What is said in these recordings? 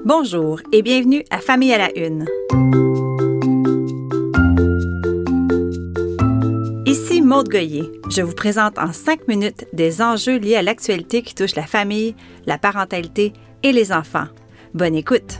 Bonjour et bienvenue à Famille à la Une. Ici Maude Goyer. Je vous présente en 5 minutes des enjeux liés à l'actualité qui touchent la famille, la parentalité et les enfants. Bonne écoute!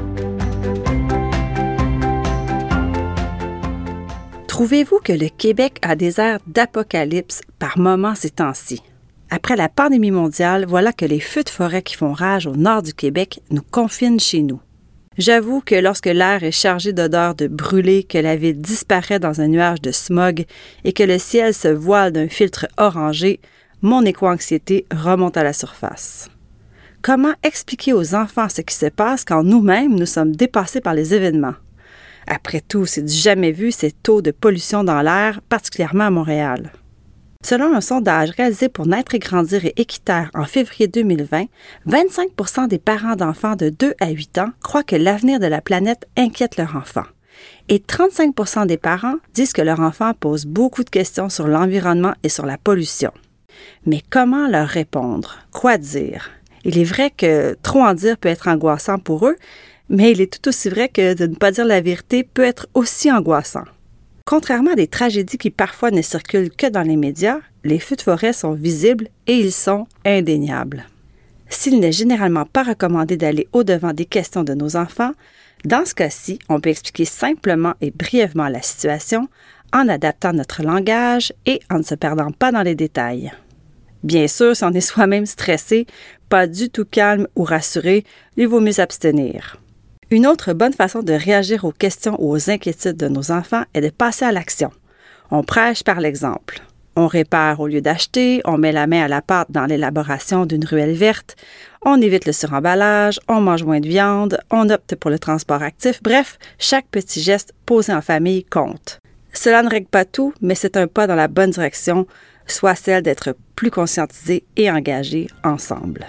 Trouvez-vous que le Québec a des airs d'apocalypse par moments ces temps-ci? Après la pandémie mondiale, voilà que les feux de forêt qui font rage au nord du Québec nous confinent chez nous. J'avoue que lorsque l'air est chargé d'odeurs de brûlé, que la ville disparaît dans un nuage de smog et que le ciel se voile d'un filtre orangé, mon éco-anxiété remonte à la surface. Comment expliquer aux enfants ce qui se passe quand nous-mêmes nous sommes dépassés par les événements? Après tout, c'est du jamais vu ces taux de pollution dans l'air, particulièrement à Montréal. Selon un sondage réalisé pour Naître et grandir et Équiterre en février 2020, 25% des parents d'enfants de 2 à 8 ans croient que l'avenir de la planète inquiète leur enfant. Et 35% des parents disent que leur enfant pose beaucoup de questions sur l'environnement et sur la pollution. Mais comment leur répondre? Quoi dire? Il est vrai que trop en dire peut être angoissant pour eux, mais il est tout aussi vrai que de ne pas dire la vérité peut être aussi angoissant. Contrairement à des tragédies qui parfois ne circulent que dans les médias, les feux de forêt sont visibles et ils sont indéniables. S'il n'est généralement pas recommandé d'aller au-devant des questions de nos enfants, dans ce cas-ci, on peut expliquer simplement et brièvement la situation en adaptant notre langage et en ne se perdant pas dans les détails. Bien sûr, si on est soi-même stressé, pas du tout calme ou rassuré, il vaut mieux s'abstenir. Une autre bonne façon de réagir aux questions ou aux inquiétudes de nos enfants est de passer à l'action. On prêche par l'exemple. On répare au lieu d'acheter, on met la main à la pâte dans l'élaboration d'une ruelle verte, on évite le suremballage, on mange moins de viande, on opte pour le transport actif. Bref, chaque petit geste posé en famille compte. Cela ne règle pas tout, mais c'est un pas dans la bonne direction, soit celle d'être plus conscientisés et engagés ensemble.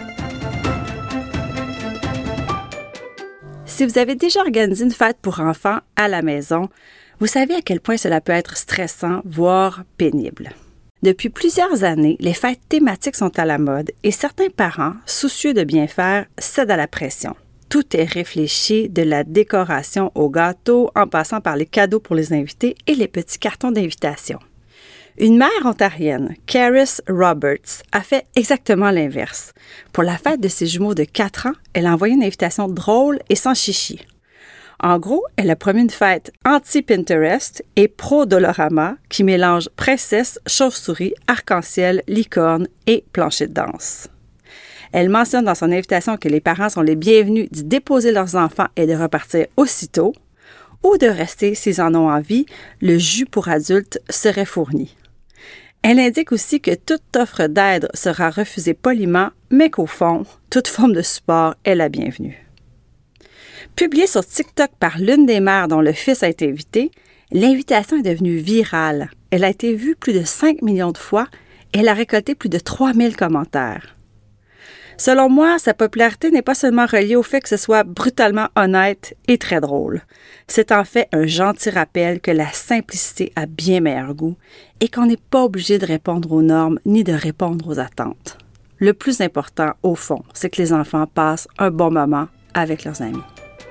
Si vous avez déjà organisé une fête pour enfants à la maison, vous savez à quel point cela peut être stressant, voire pénible. Depuis plusieurs années, les fêtes thématiques sont à la mode et certains parents, soucieux de bien faire, cèdent à la pression. Tout est réfléchi, de la décoration au gâteau, en passant par les cadeaux pour les invités et les petits cartons d'invitation. Une mère ontarienne, Caris Roberts, a fait exactement l'inverse. Pour la fête de ses jumeaux de 4 ans, elle a envoyé une invitation drôle et sans chichi. En gros, elle a promis une fête anti-Pinterest et pro-Dolorama qui mélange princesse, chauve-souris, arc-en-ciel, licorne et plancher de danse. Elle mentionne dans son invitation que les parents sont les bienvenus d'y déposer leurs enfants et de repartir aussitôt, ou de rester s'ils en ont envie, le jus pour adultes serait fourni. Elle indique aussi que toute offre d'aide sera refusée poliment, mais qu'au fond, toute forme de support est la bienvenue. Publiée sur TikTok par l'une des mères dont le fils a été invité, l'invitation est devenue virale. Elle a été vue plus de 5 millions de fois et elle a récolté plus de 3000 commentaires. Selon moi, sa popularité n'est pas seulement reliée au fait que ce soit brutalement honnête et très drôle. C'est en fait un gentil rappel que la simplicité a bien meilleur goût et qu'on n'est pas obligé de répondre aux normes ni de répondre aux attentes. Le plus important, au fond, c'est que les enfants passent un bon moment avec leurs amis.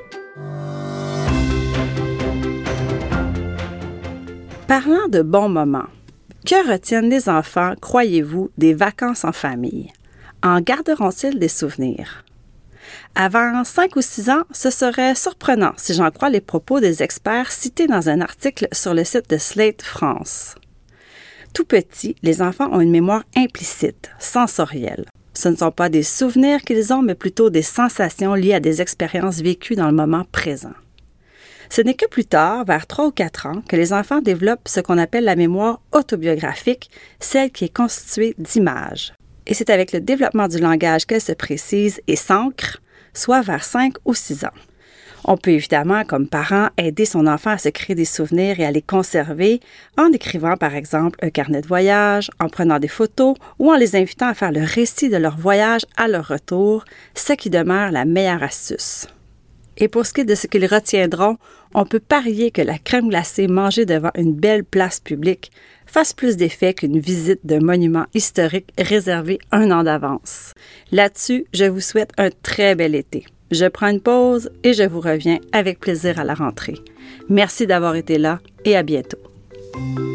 Parlant de bons moments, que retiennent les enfants, croyez-vous, des vacances en famille? En garderont-ils des souvenirs? Avant 5 ou 6 ans, ce serait surprenant si j'en crois les propos des experts cités dans un article sur le site de Slate France. Tout petits, les enfants ont une mémoire implicite, sensorielle. Ce ne sont pas des souvenirs qu'ils ont, mais plutôt des sensations liées à des expériences vécues dans le moment présent. Ce n'est que plus tard, vers 3 ou 4 ans, que les enfants développent ce qu'on appelle la mémoire autobiographique, celle qui est constituée d'images. Et c'est avec le développement du langage qu'elle se précise et s'ancre, soit vers 5 ou 6 ans. On peut évidemment, comme parent, aider son enfant à se créer des souvenirs et à les conserver en écrivant, par exemple, un carnet de voyage, en prenant des photos ou en les invitant à faire le récit de leur voyage à leur retour, ce qui demeure la meilleure astuce. Et pour ce qui est de ce qu'ils retiendront, on peut parier que la crème glacée mangée devant une belle place publique fasse plus d'effet qu'une visite d'un monument historique réservé 1 an d'avance. Là-dessus, je vous souhaite un très bel été. Je prends une pause et je vous reviens avec plaisir à la rentrée. Merci d'avoir été là et à bientôt.